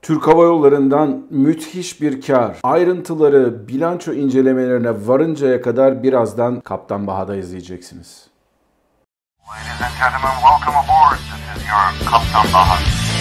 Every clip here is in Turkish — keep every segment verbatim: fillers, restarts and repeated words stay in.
Türk Hava Yolları'ndan müthiş bir kar. Ayrıntıları, bilanço incelemelerine varıncaya kadar birazdan Kaptan Baha'da izleyeceksiniz. Ladies and gentlemen, welcome aboard. This is your Kaptan Baha.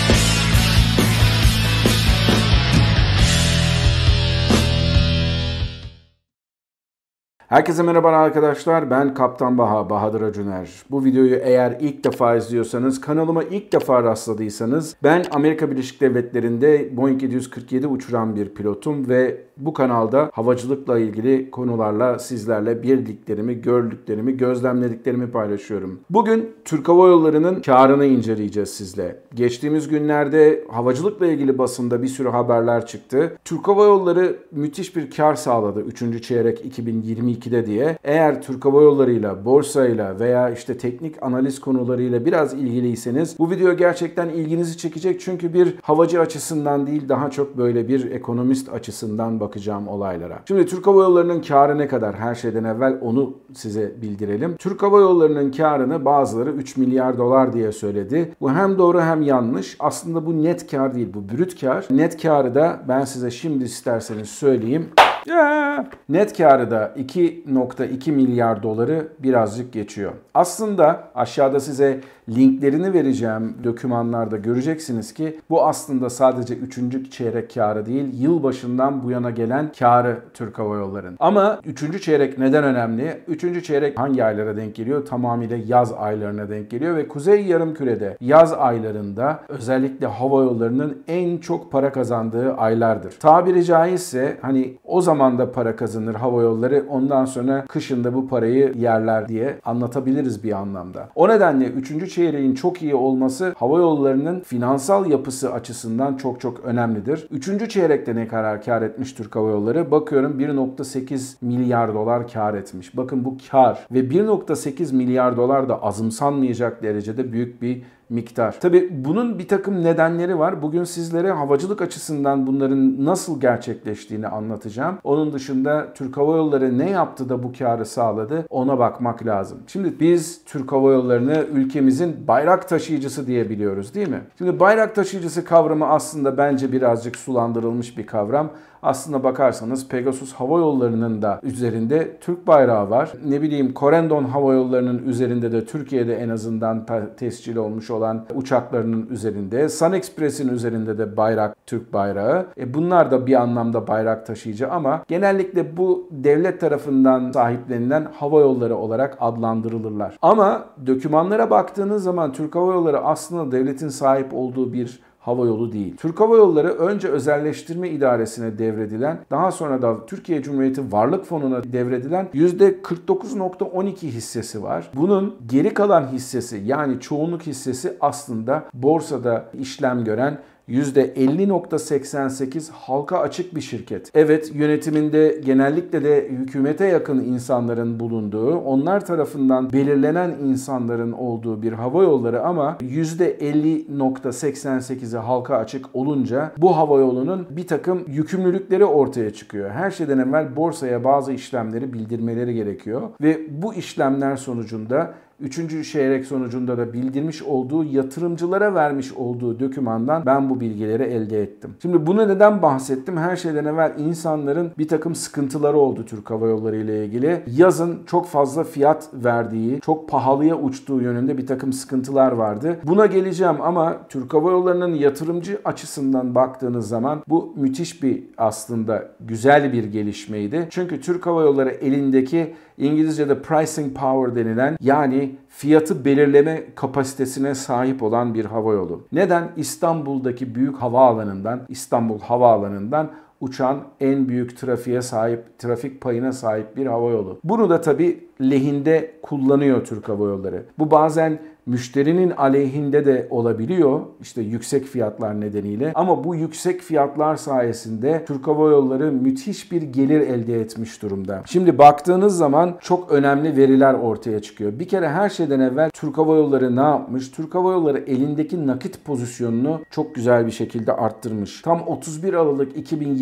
Herkese merhaba arkadaşlar, ben Kaptan Baha, Bahadır Acuner. Bu videoyu eğer ilk defa izliyorsanız, kanalıma ilk defa rastladıysanız, ben Amerika Birleşik Devletleri'nde Boeing yedi yüz kırk yedi uçuran bir pilotum ve bu kanalda havacılıkla ilgili konularla sizlerle bildiklerimi, gördüklerimi, gözlemlediklerimi paylaşıyorum. Bugün Türk Hava Yolları'nın karını inceleyeceğiz sizle. Geçtiğimiz günlerde havacılıkla ilgili basında bir sürü haberler çıktı. Türk Hava Yolları müthiş bir kar sağladı üçüncü çeyrek iki bin yirmi ikide diye. Eğer Türk Hava Yolları'yla, borsayla veya işte teknik analiz konularıyla biraz ilgiliyseniz bu video gerçekten ilginizi çekecek. Çünkü bir havacı açısından değil, daha çok böyle bir ekonomist açısından bakacağım olaylara. Şimdi Türk Hava Yolları'nın karı ne kadar? Her şeyden evvel onu size bildirelim. Türk Hava Yolları'nın karını bazıları üç milyar dolar diye söyledi. Bu hem doğru hem yanlış. Aslında bu net kar değil, bu brüt kar. Net karı da ben size şimdi isterseniz söyleyeyim. Ya. Net karı da iki nokta iki milyar doları birazcık geçiyor. Aslında aşağıda size linklerini vereceğim dokümanlarda göreceksiniz ki bu aslında sadece üçüncü çeyrek karı değil, yılbaşından bu yana gelen karı Türk Hava Yolları'nın. Ama üçüncü çeyrek neden önemli? üçüncü çeyrek hangi aylara denk geliyor? Tamamıyla yaz aylarına denk geliyor ve Kuzey Yarımküre'de yaz aylarında özellikle hava yollarının en çok para kazandığı aylardır. Tabiri caizse hani o zaman da para kazanır hava yolları, ondan sonra kışında bu parayı yerler diye anlatabiliriz bir anlamda. O nedenle üçüncü çeyreğin çok iyi olması hava yollarının finansal yapısı açısından çok çok önemlidir. üçüncü çeyrekte ne kadar kar etmiş Türk Hava Yolları? Bakıyorum bir nokta sekiz milyar dolar kar etmiş. Bakın bu kar ve bir nokta sekiz milyar dolar da azımsanmayacak derecede büyük bir miktar. Tabii bunun bir takım nedenleri var. Bugün sizlere havacılık açısından bunların nasıl gerçekleştiğini anlatacağım. Onun dışında Türk Hava Yolları ne yaptı da bu karı sağladı, ona bakmak lazım. Şimdi biz Türk Hava Yolları'nı ülkemizin bayrak taşıyıcısı diye biliyoruz, değil mi? Şimdi bayrak taşıyıcısı kavramı aslında bence birazcık sulandırılmış bir kavram. Aslına bakarsanız Pegasus Hava Yolları'nın da üzerinde Türk bayrağı var. Ne bileyim Corendon Hava Yolları'nın üzerinde de Türkiye'de en azından tescil olmuş olan uçaklarının üzerinde. Sun Express'in üzerinde de bayrak Türk bayrağı. E bunlar da bir anlamda bayrak taşıyıcı ama genellikle bu devlet tarafından sahiplenilen hava yolları olarak adlandırılırlar. Ama dokümanlara baktığınız zaman Türk Hava Yolları aslında devletin sahip olduğu bir hava yolu değil. Türk Hava Yolları önce Özelleştirme İdaresi'ne devredilen, daha sonra da Türkiye Cumhuriyeti Varlık Fonu'na devredilen yüzde kırk dokuz nokta on iki hissesi var. Bunun geri kalan hissesi, yani çoğunluk hissesi aslında borsada işlem gören yüzde elli nokta seksen sekiz halka açık bir şirket. Evet, yönetiminde genellikle de hükümete yakın insanların bulunduğu, onlar tarafından belirlenen insanların olduğu bir hava yolları ama yüzde elli nokta seksen sekizi halka açık olunca bu hava yolunun bir takım yükümlülükleri ortaya çıkıyor. Her şeyden evvel borsaya bazı işlemleri bildirmeleri gerekiyor ve bu işlemler sonucunda üçüncü çeyrek sonucunda da bildirmiş olduğu, yatırımcılara vermiş olduğu dokümandan ben bu bilgileri elde ettim. Şimdi bunu neden bahsettim? Her şeyden evvel insanların bir takım sıkıntıları oldu Türk Hava Yolları ile ilgili. Yazın çok fazla fiyat verdiği, çok pahalıya uçtuğu yönünde bir takım sıkıntılar vardı. Buna geleceğim ama Türk Hava Yolları'nın yatırımcı açısından baktığınız zaman bu müthiş bir, aslında güzel bir gelişmeydi. Çünkü Türk Hava Yolları elindeki İngilizce'de pricing power denilen, yani fiyatı belirleme kapasitesine sahip olan bir hava yolu. Neden? İstanbul'daki büyük havaalanından, İstanbul Havaalanı'ndan uçan en büyük trafiğe sahip, trafik payına sahip bir hava yolu. Bunu da tabii lehinde kullanıyor Türk Hava Yolları. Bu bazen müşterinin aleyhinde de olabiliyor, işte yüksek fiyatlar nedeniyle. Ama bu yüksek fiyatlar sayesinde Türk Hava Yolları müthiş bir gelir elde etmiş durumda. Şimdi baktığınız zaman çok önemli veriler ortaya çıkıyor. Bir kere her şeyden evvel Türk Hava Yolları ne yapmış? Türk Hava Yolları elindeki nakit pozisyonunu çok güzel bir şekilde arttırmış. Tam otuz bir Aralık iki bin yirmi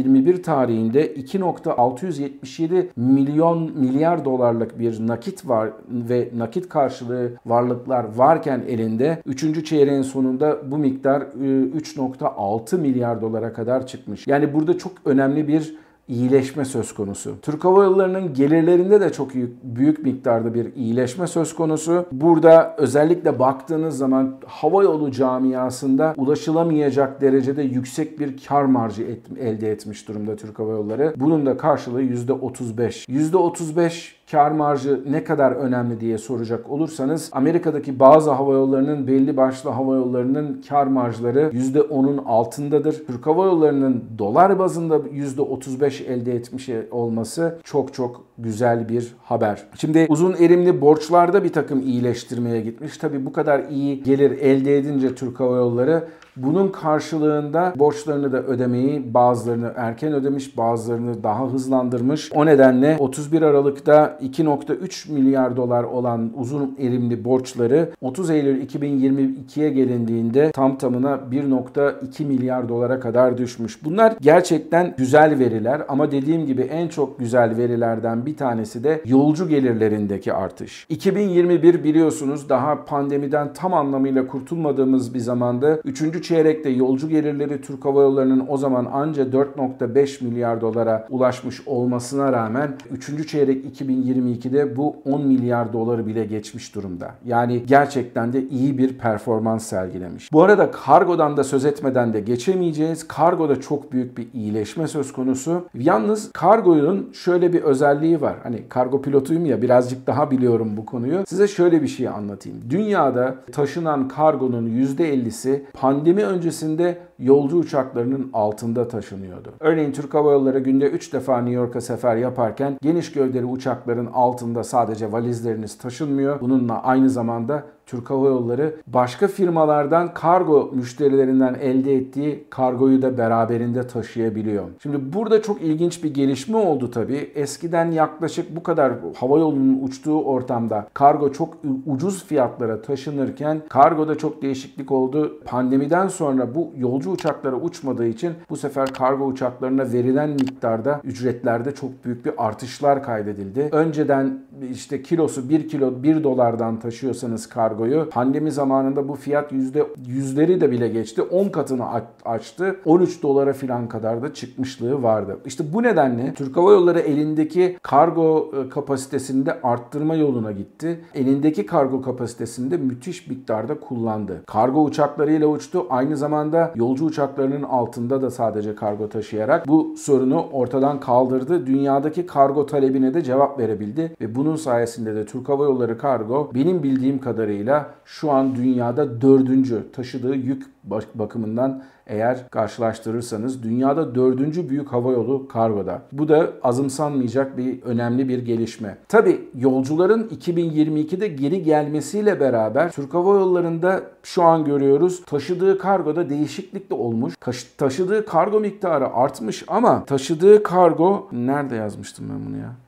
yirmi bir tarihinde iki nokta altı yüz yetmiş yedi milyon milyar dolarlık bir nakit var ve nakit karşılığı varlıklar varken elinde üçüncü çeyreğin sonunda bu miktar üç nokta altı milyar dolara kadar çıkmış. Yani burada çok önemli bir iyileşme söz konusu. Türk Hava Yolları'nın gelirlerinde de çok büyük, büyük miktarda bir iyileşme söz konusu. Burada özellikle baktığınız zaman havayolu camiasında ulaşılamayacak derecede yüksek bir kar marjı et, elde etmiş durumda Türk Hava Yolları. Bunun da karşılığı yüzde otuz beş. yüzde otuz beş kar marjı ne kadar önemli diye soracak olursanız Amerika'daki bazı havayollarının belli başlı havayollarının kar marjları yüzde onun altındadır. Türk Hava Yolları'nın dolar bazında yüzde otuz beş elde etmiş olması çok çok güzel bir haber. Şimdi uzun erimli borçlarda bir takım iyileştirmeye gitmiş. Tabii bu kadar iyi gelir elde edince Türk Hava Yolları bunun karşılığında borçlarını da ödemeyi bazılarını erken ödemiş, bazılarını daha hızlandırmış. O nedenle otuz bir Aralık'ta iki nokta üç milyar dolar olan uzun erimli borçları otuz Eylül iki bin yirmi ikiye gelindiğinde tam tamına bir nokta iki milyar dolara kadar düşmüş. Bunlar gerçekten güzel veriler ama dediğim gibi en çok güzel verilerden bir tanesi de yolcu gelirlerindeki artış. iki bin yirmi bir biliyorsunuz daha pandemiden tam anlamıyla kurtulmadığımız bir zamanda üçüncü çeyrekte yolcu gelirleri Türk Hava Yolları'nın o zaman anca dört nokta beş milyar dolara ulaşmış olmasına rağmen üçüncü çeyrek iki bin yirmi ikide bu on milyar doları bile geçmiş durumda. Yani gerçekten de iyi bir performans sergilemiş. Bu arada kargodan da söz etmeden de geçemeyeceğiz. Kargoda çok büyük bir iyileşme söz konusu. Yalnız kargonun şöyle bir özelliği var. Hani kargo pilotuyum ya birazcık daha biliyorum bu konuyu. Size şöyle bir şey anlatayım. Dünyada taşınan kargonun yüzde ellisi pandemi öncesinde yolcu uçaklarının altında taşınıyordu. Örneğin Türk Hava Yolları günde üç defa New York'a sefer yaparken geniş gövdeli uçakların altında sadece valizleriniz taşınmıyor. Bununla aynı zamanda Türk Hava Yolları başka firmalardan kargo müşterilerinden elde ettiği kargoyu da beraberinde taşıyabiliyor. Şimdi burada çok ilginç bir gelişme oldu tabii. Eskiden yaklaşık bu kadar havayolunun uçtuğu ortamda kargo çok ucuz fiyatlara taşınırken kargoda çok değişiklik oldu. Pandemiden sonra bu yolcu uçaklara uçmadığı için bu sefer kargo uçaklarına verilen miktarda ücretlerde çok büyük bir artışlar kaydedildi. Önceden işte kilosu bir kilo bir dolardan taşıyorsanız kargo pandemi zamanında bu fiyat yüzde yüzleri de bile geçti. on katını açtı. on üç dolara falan kadar da çıkmışlığı vardı. İşte bu nedenle Türk Hava Yolları elindeki kargo kapasitesini de arttırma yoluna gitti. Elindeki kargo kapasitesini de müthiş miktarda kullandı. Kargo uçaklarıyla uçtu. Aynı zamanda yolcu uçaklarının altında da sadece kargo taşıyarak bu sorunu ortadan kaldırdı. Dünyadaki kargo talebine de cevap verebildi ve bunun sayesinde de Türk Hava Yolları kargo benim bildiğim kadarıyla şu an dünyada dördüncü taşıdığı yük bakımından eğer karşılaştırırsanız dünyada dördüncü büyük havayolu kargoda. Bu da azımsanmayacak bir önemli bir gelişme. Tabii yolcuların iki bin yirmi ikide geri gelmesiyle beraber Türk Hava Yolları'nda şu an görüyoruz taşıdığı kargoda değişiklik de olmuş. Taşıdığı kargo miktarı artmış ama taşıdığı kargo nerede yazmıştım ben bunu ya?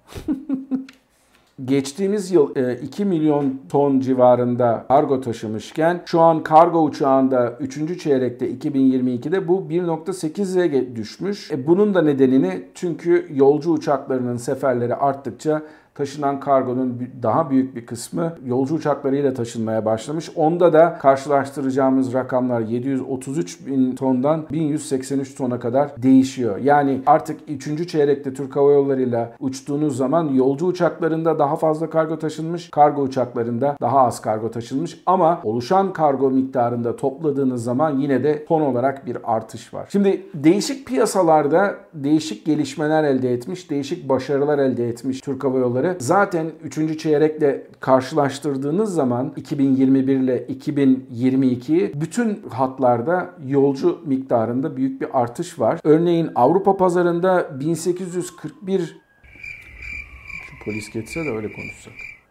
Geçtiğimiz yıl iki milyon ton civarında kargo taşımışken şu an kargo uçağında üçüncü çeyrekte iki bin yirmi ikide bu bir nokta sekize düşmüş. E bunun da nedenini çünkü yolcu uçaklarının seferleri arttıkça taşınan kargonun daha büyük bir kısmı yolcu uçaklarıyla taşınmaya başlamış. Onda da karşılaştıracağımız rakamlar yedi yüz otuz üç bin tondan bin yüz seksen üç tona kadar değişiyor. Yani artık üçüncü çeyrekte Türk Hava Yolları'yla uçtuğunuz zaman yolcu uçaklarında daha fazla kargo taşınmış, kargo uçaklarında daha az kargo taşınmış ama oluşan kargo miktarında topladığınız zaman yine de ton olarak bir artış var. Şimdi değişik piyasalarda değişik gelişmeler elde etmiş, değişik başarılar elde etmiş Türk Hava Yolları. Zaten üçüncü çeyrekle karşılaştırdığınız zaman iki bin yirmi bir ile iki bin yirmi iki bütün hatlarda yolcu miktarında büyük bir artış var. Örneğin Avrupa pazarında bin sekiz yüz kırk bir şu polis geçse de öyle konuşsak.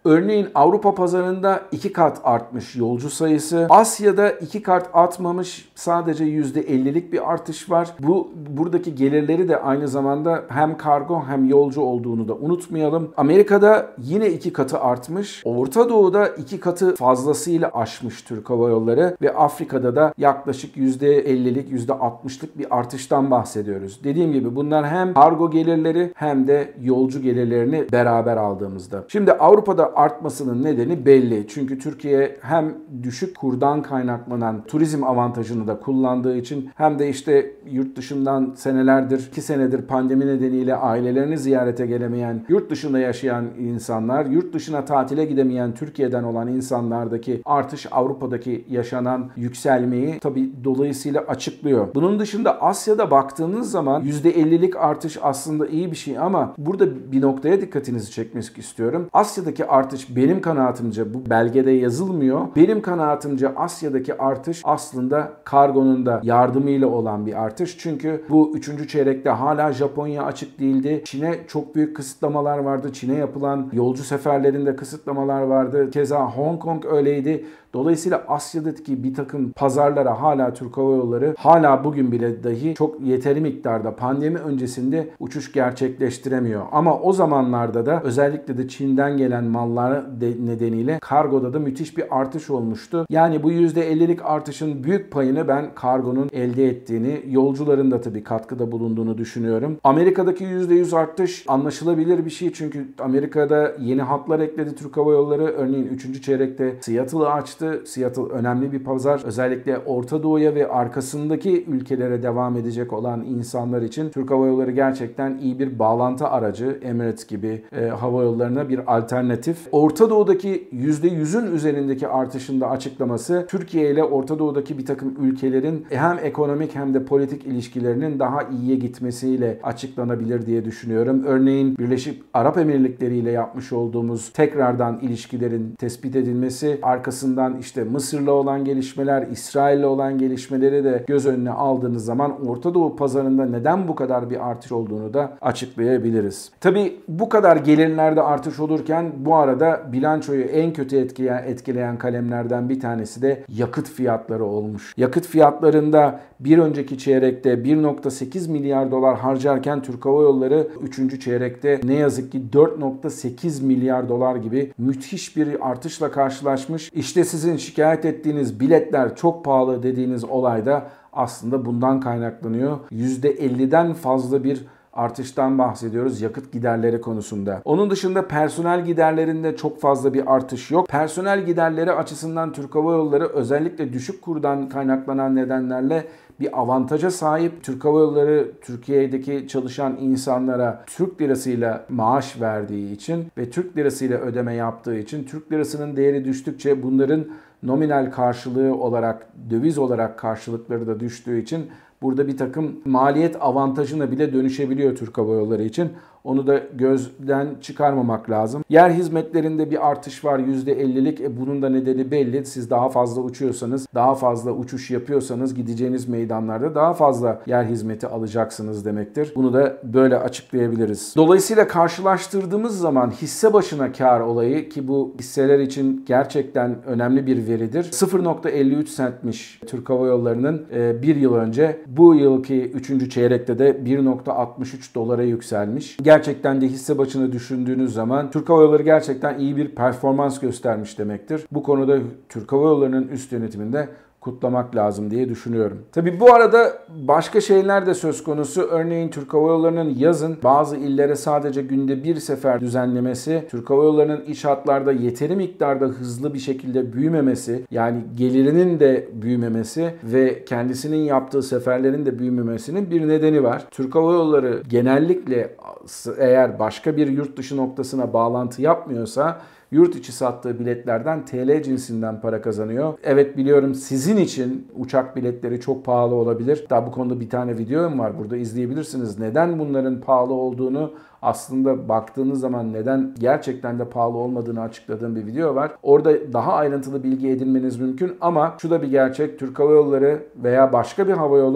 Örneğin Avrupa pazarında iki kat artmış yolcu sayısı. Asya'da iki kat artmamış, sadece yüzde ellilik bir artış var. Bu buradaki gelirleri de aynı zamanda hem kargo hem yolcu olduğunu da unutmayalım. Amerika'da yine iki katı artmış. Orta Doğu'da iki katı fazlasıyla aşmış Türk Hava Yolları ve Afrika'da da yaklaşık yüzde ellilik, yüzde altmışlık bir artıştan bahsediyoruz. Dediğim gibi bunlar hem kargo gelirleri hem de yolcu gelirlerini beraber aldığımızda. Şimdi Avrupa'da artmasının nedeni belli. Çünkü Türkiye hem düşük kurdan kaynaklanan turizm avantajını da kullandığı için hem de işte yurt dışından senelerdir, iki senedir pandemi nedeniyle ailelerini ziyarete gelemeyen, yurt dışında yaşayan insanlar, yurt dışına tatile gidemeyen Türkiye'den olan insanlardaki artış Avrupa'daki yaşanan yükselmeyi tabii dolayısıyla açıklıyor. Bunun dışında Asya'da baktığınız zaman yüzde ellilik artış aslında iyi bir şey ama burada bir noktaya dikkatinizi çekmek istiyorum. Asya'daki artış benim kanaatimce, bu belgede yazılmıyor. Benim kanaatimce Asya'daki artış aslında kargonun da yardımıyla olan bir artış. Çünkü bu üçüncü çeyrekte hala Japonya açık değildi. Çin'e çok büyük kısıtlamalar vardı. Çin'e yapılan yolcu seferlerinde kısıtlamalar vardı. Keza Hong Kong öyleydi. Dolayısıyla Asya'daki bir takım pazarlara hala Türk Hava Yolları hala bugün bile dahi çok yeteri miktarda pandemi öncesinde uçuş gerçekleştiremiyor. Ama o zamanlarda da özellikle de Çin'den gelen mallar nedeniyle kargoda da müthiş bir artış olmuştu. Yani bu yüzde ellilik artışın büyük payını ben kargonun elde ettiğini, yolcuların da tabii katkıda bulunduğunu düşünüyorum. Amerika'daki yüzde yüz artış anlaşılabilir bir şey çünkü Amerika'da yeni hatlar ekledi Türk Hava Yolları. Örneğin üçüncü çeyrekte Seattle'ı açtı. Seattle önemli bir pazar. Özellikle Orta Doğu'ya ve arkasındaki ülkelere devam edecek olan insanlar için Türk Hava Yolları gerçekten iyi bir bağlantı aracı. Emirates gibi e, hava yollarına bir alternatif. Orta Doğu'daki yüzde yüzün üzerindeki artışın da açıklaması Türkiye ile Orta Doğu'daki bir takım ülkelerin hem ekonomik hem de politik ilişkilerinin daha iyiye gitmesiyle açıklanabilir diye düşünüyorum. Örneğin Birleşik Arap Emirlikleri ile yapmış olduğumuz tekrardan ilişkilerin tespit edilmesi, arkasından işte Mısır'la olan gelişmeler, İsrail'le olan gelişmeleri de göz önüne aldığınız zaman Orta Doğu pazarında neden bu kadar bir artış olduğunu da açıklayabiliriz. Tabii bu kadar gelirlerde artış olurken bu arada bilançoyu en kötü etkileyen, etkileyen kalemlerden bir tanesi de yakıt fiyatları olmuş. Yakıt fiyatlarında bir önceki çeyrekte bir nokta sekiz milyar dolar harcarken Türk Hava Yolları üçüncü çeyrekte ne yazık ki dört nokta sekiz milyar dolar gibi müthiş bir artışla karşılaşmış. İşte sizin şikayet ettiğiniz biletler çok pahalı dediğiniz olay da aslında bundan kaynaklanıyor. yüzde elliden fazla bir artıştan bahsediyoruz yakıt giderleri konusunda. Onun dışında personel giderlerinde çok fazla bir artış yok. Personel giderleri açısından Türk Hava Yolları özellikle düşük kurdan kaynaklanan nedenlerle bir avantaja sahip. Türk Hava Yolları Türkiye'deki çalışan insanlara Türk lirasıyla maaş verdiği için ve Türk lirasıyla ödeme yaptığı için Türk lirasının değeri düştükçe bunların nominal karşılığı olarak, döviz olarak karşılıkları da düştüğü için burada bir takım maliyet avantajına bile dönüşebiliyor Türk Hava Yolları için. Onu da gözden çıkarmamak lazım. Yer hizmetlerinde bir artış var yüzde ellilik. E bunun da nedeni belli. Siz daha fazla uçuyorsanız, daha fazla uçuş yapıyorsanız gideceğiniz meydanlarda daha fazla yer hizmeti alacaksınız demektir. Bunu da böyle açıklayabiliriz. Dolayısıyla karşılaştırdığımız zaman hisse başına kar olayı, ki bu hisseler için gerçekten önemli bir veridir, sıfır nokta elli üç centmiş Türk Hava Yolları'nın bir yıl önce. Bu yılki üçüncü çeyrekte de bir nokta altmış üç dolara yükselmiş. Gerçekten de hisse başına düşündüğünüz zaman Türk Hava Yolları gerçekten iyi bir performans göstermiş demektir. Bu konuda Türk Hava Yolları'nın üst yönetiminde kutlamak lazım diye düşünüyorum. Tabii bu arada başka şeyler de söz konusu. Örneğin Türk Hava Yolları'nın yazın bazı illere sadece günde bir sefer düzenlemesi, Türk Hava Yolları'nın iç hatlarda yeteri miktarda hızlı bir şekilde büyümemesi, yani gelirinin de büyümemesi ve kendisinin yaptığı seferlerin de büyümemesinin bir nedeni var. Türk Hava Yolları genellikle eğer başka bir yurt dışı noktasına bağlantı yapmıyorsa yurt içi sattığı biletlerden T L cinsinden para kazanıyor. Evet, biliyorum sizin için uçak biletleri çok pahalı olabilir. Daha bu konuda bir tane videom var, burada izleyebilirsiniz. Neden bunların pahalı olduğunu, aslında baktığınız zaman neden gerçekten de pahalı olmadığını açıkladığım bir video var. Orada daha ayrıntılı bilgi edinmeniz mümkün ama şu da bir gerçek: Türk Hava Yolları veya başka bir hava yolu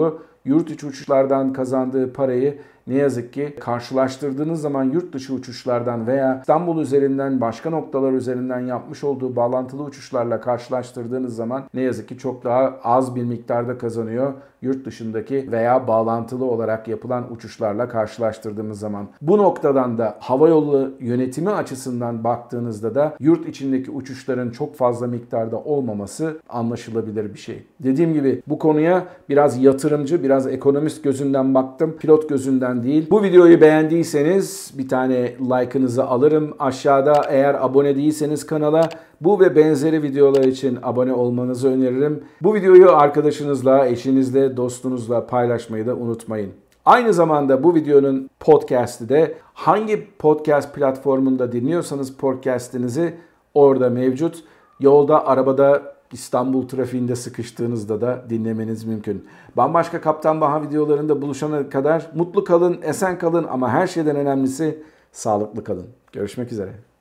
yurt içi uçuşlardan kazandığı parayı ne yazık ki karşılaştırdığınız zaman yurt dışı uçuşlardan veya İstanbul üzerinden başka noktalar üzerinden yapmış olduğu bağlantılı uçuşlarla karşılaştırdığınız zaman ne yazık ki çok daha az bir miktarda kazanıyor yurt dışındaki veya bağlantılı olarak yapılan uçuşlarla karşılaştırdığımız zaman. Bu noktadan da havayolu yönetimi açısından baktığınızda da yurt içindeki uçuşların çok fazla miktarda olmaması anlaşılabilir bir şey. Dediğim gibi bu konuya biraz yatırımcı, biraz ekonomist gözünden baktım. Pilot gözünden değil. Bu videoyu beğendiyseniz bir tane like'ınızı alırım. Aşağıda eğer abone değilseniz kanala bu ve benzeri videolar için abone olmanızı öneririm. Bu videoyu arkadaşınızla, eşinizle, dostunuzla paylaşmayı da unutmayın. Aynı zamanda bu videonun podcast'i de hangi podcast platformunda dinliyorsanız podcast'inizi orada mevcut. Yolda, arabada, İstanbul trafiğinde sıkıştığınızda da dinlemeniz mümkün. Bambaşka Kaptan Baha videolarında buluşana kadar mutlu kalın, esen kalın ama her şeyden önemlisi sağlıklı kalın. Görüşmek üzere.